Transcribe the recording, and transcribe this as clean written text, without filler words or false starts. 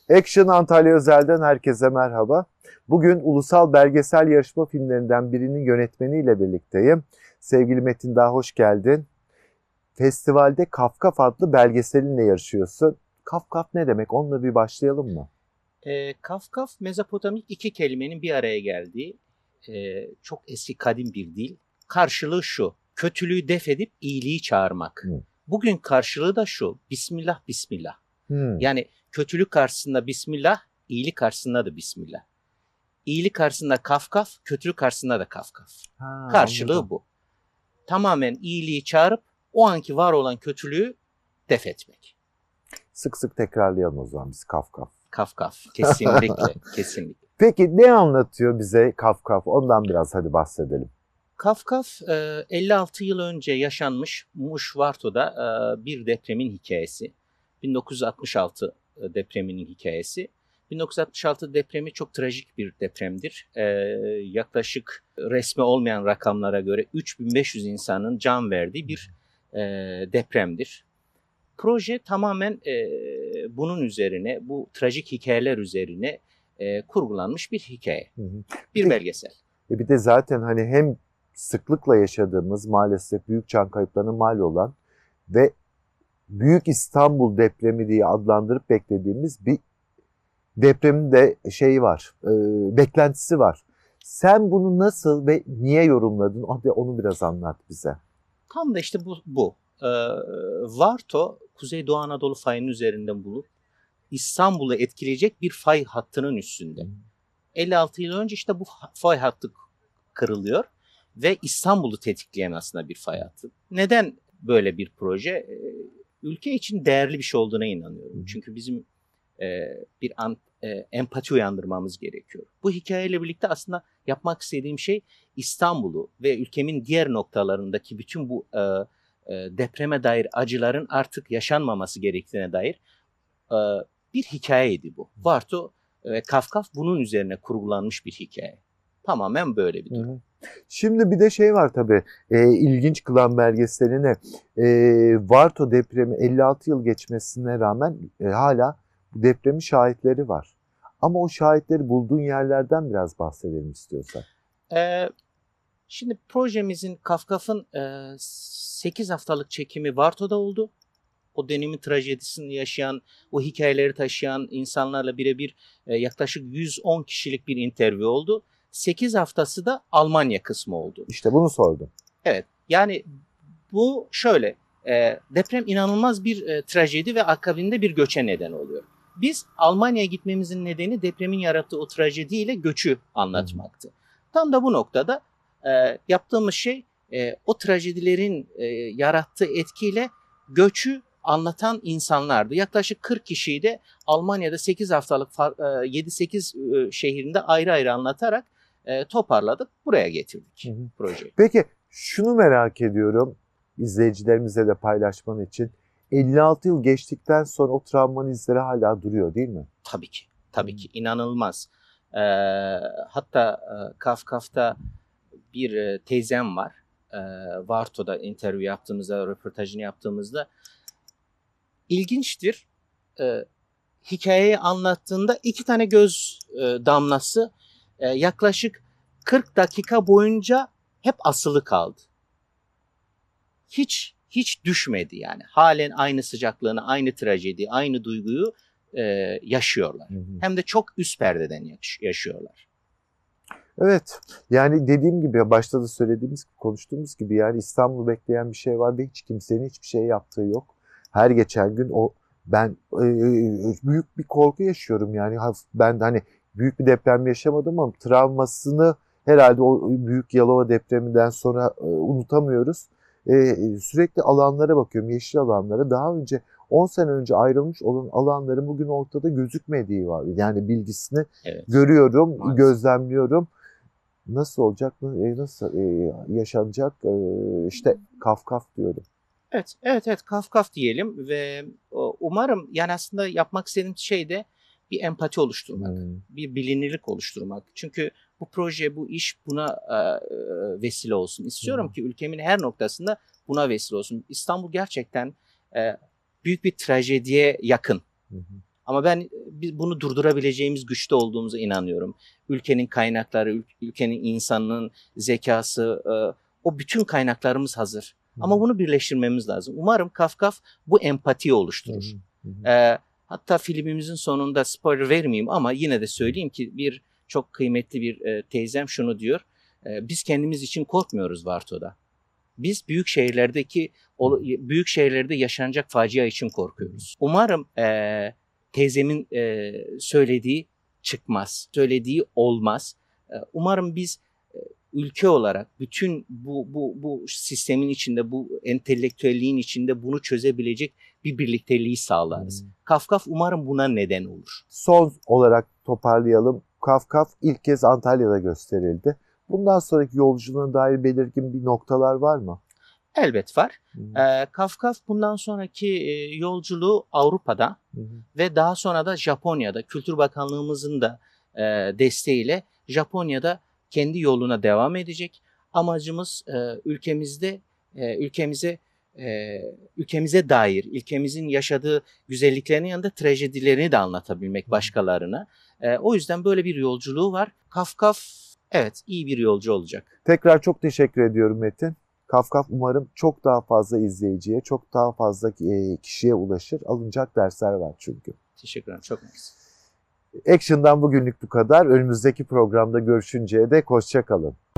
Action Antalya Özel'den herkese merhaba. Bugün ulusal belgesel yarışma filmlerinden birinin yönetmeniyle birlikteyim. Sevgili Metin, daha hoş geldin. Festivalde Kafkaf adlı belgeselinle yarışıyorsun. Kafkaf ne demek? Onunla bir başlayalım mı? Kafkaf, Mezopotamik iki kelimenin bir araya geldiği çok eski kadim bir dil. Karşılığı şu: kötülüğü def edip iyiliği çağırmak. Bugün karşılığı da şu: Bismillah, Bismillah. Yani kötülük karşısında Bismillah, iyilik karşısında da Bismillah. İyilik karşısında Kafkaf, kötülük karşısında da Kafkaf. Karşılığı Anladım. bu. Tamamen iyiliği çağırıp o anki var olan kötülüğü def etmek. Sık sık tekrarlayalım o zaman biz Kafkaf. Kafkaf, kesinlikle, kesinlikle. Peki ne anlatıyor bize Kafkaf? Ondan biraz hadi bahsedelim. Kafkaf 56 yıl önce yaşanmış Muşvarto'da bir depremin hikayesi. 1966 depreminin hikayesi. 1966 depremi çok trajik bir depremdir. Yaklaşık resmi olmayan rakamlara göre 3500 insanın can verdiği bir depremdir. Proje tamamen bunun üzerine, bu trajik hikayeler üzerine kurgulanmış bir hikaye, bir belgesel. Bir de zaten hani hem sıklıkla yaşadığımız, maalesef büyük can kayıplarına mal olan ve Büyük İstanbul depremi diye adlandırıp beklediğimiz bir depremin de var, beklentisi var. Sen bunu nasıl ve niye yorumladın? Hadi onu biraz anlat bize. Tam da işte bu. Varto, Kuzeydoğu Anadolu fayının üzerinden bulup İstanbul'u etkileyecek bir fay hattının üstünde. 56 yıl önce işte bu fay hattı kırılıyor ve İstanbul'u tetikleyen aslında bir fay hattı. Neden böyle bir proje? Ülke için değerli bir şey olduğuna inanıyorum. Çünkü bizim bir empati uyandırmamız gerekiyor. Bu hikayeyle birlikte aslında yapmak istediğim şey İstanbul'u ve ülkemin diğer noktalarındaki bütün bu depreme dair acıların artık yaşanmaması gerektiğine dair bir hikayeydi bu. Varto ve Kafkaf bunun üzerine kurgulanmış bir hikaye. Tamamen böyle bir durum. Şimdi bir de var tabii, ilginç kılan belgeseline, Varto depremi 56 yıl geçmesine rağmen hala depremin şahitleri var. Ama o şahitleri bulduğun yerlerden biraz bahsedelim istiyorsan. Şimdi projemizin, Kafkaf'ın 8 haftalık çekimi Varto'da oldu. O dönemin trajedisini yaşayan, o hikayeleri taşıyan insanlarla birebir yaklaşık 110 kişilik bir interview oldu. 8 haftası da Almanya kısmı oldu. İşte bunu sordum. Evet, yani bu şöyle, deprem inanılmaz bir trajedi ve akabinde bir göçe neden oluyor. Biz Almanya'ya gitmemizin nedeni depremin yarattığı o trajediyle göçü anlatmaktı. Tam da bu noktada yaptığımız şey o trajedilerin yarattığı etkiyle göçü anlatan insanlardı. Yaklaşık 40 kişiyi de Almanya'da 8 haftalık 7-8 şehrinde ayrı ayrı anlatarak toparladık. Buraya getirdik projeyi. Peki şunu merak ediyorum, izleyicilerimize de paylaşman için. 56 yıl geçtikten sonra o travmanın izleri hala duruyor değil mi? Tabii ki. Tabii ki. İnanılmaz. Hatta Kafkaf'ta bir teyzem var. Varto'da interview yaptığımızda, röportajını yaptığımızda ilginçtir. Hikayeyi anlattığında 2 tane göz damlası yaklaşık 40 dakika boyunca hep asılı kaldı. Hiç düşmedi yani. Halen aynı sıcaklığını, aynı trajedi, aynı duyguyu yaşıyorlar. Hem de çok üst perdeden yaşıyorlar. Evet, yani dediğim gibi, başta da söylediğimiz, konuştuğumuz gibi, yani İstanbul'u bekleyen bir şey var ve hiç kimsenin hiçbir şey yaptığı yok. Her geçen gün ben büyük bir korku yaşıyorum yani. Ben hani büyük bir deprem yaşamadım ama travmasını herhalde o büyük Yalova depreminden sonra unutamıyoruz. Sürekli alanlara bakıyorum, yeşil alanlara. Daha önce 10 sene önce ayrılmış olan alanların bugün ortada gözükmediği var. Yani bilgisini görüyorum, maalesef gözlemliyorum. Nasıl olacak, nasıl yaşanacak, işte Kafkaf diyorum. Evet, Kafkaf diyelim ve umarım, yani aslında yapmak istediğim şey de bir empati oluşturmak, bir bilinirlik oluşturmak. Çünkü bu proje, bu iş buna vesile olsun. İstiyorum ki ülkemin her noktasında buna vesile olsun. İstanbul gerçekten büyük bir trajediye yakın. Ama biz bunu durdurabileceğimiz güçte olduğumuza inanıyorum. Ülkenin kaynakları, ülkenin insanının zekası, o bütün kaynaklarımız hazır. Ama bunu birleştirmemiz lazım. Umarım Kafkaf bu empatiyi oluşturur. Hatta filmimizin sonunda spoiler vermeyeyim ama yine de söyleyeyim ki bir çok kıymetli bir teyzem şunu diyor. Biz kendimiz için korkmuyoruz Varto'da. Biz büyük şehirlerde yaşanacak facia için korkuyoruz. Umarım teyzemin söylediği çıkmaz, söylediği olmaz. Umarım biz ülke olarak bütün bu sistemin içinde, bu entelektüelliğin içinde bunu çözebilecek bir birlikteliği sağlarız. Kafkaf umarım buna neden olur. Son olarak toparlayalım. Kafkaf ilk kez Antalya'da gösterildi. Bundan sonraki yolculuğuna dair belirgin bir noktalar var mı? Elbet var. Kafkaf bundan sonraki yolculuğu Avrupa'da ve daha sonra da Japonya'da, Kültür Bakanlığımızın da desteğiyle Japonya'da kendi yoluna devam edecek. Amacımız ülkemize dair, ülkemizin yaşadığı güzelliklerin yanında trajedilerini de anlatabilmek başkalarına. O yüzden böyle bir yolculuğu var. Kafkaf evet iyi bir yolcu olacak. Tekrar çok teşekkür ediyorum Metin. Kafkaf umarım çok daha fazla izleyiciye, çok daha fazla kişiye ulaşır. Alınacak dersler var çünkü. Teşekkür ederim. Çok mersi. Action'dan bugünlük bu kadar. Önümüzdeki programda görüşünceye dek hoşça kalın.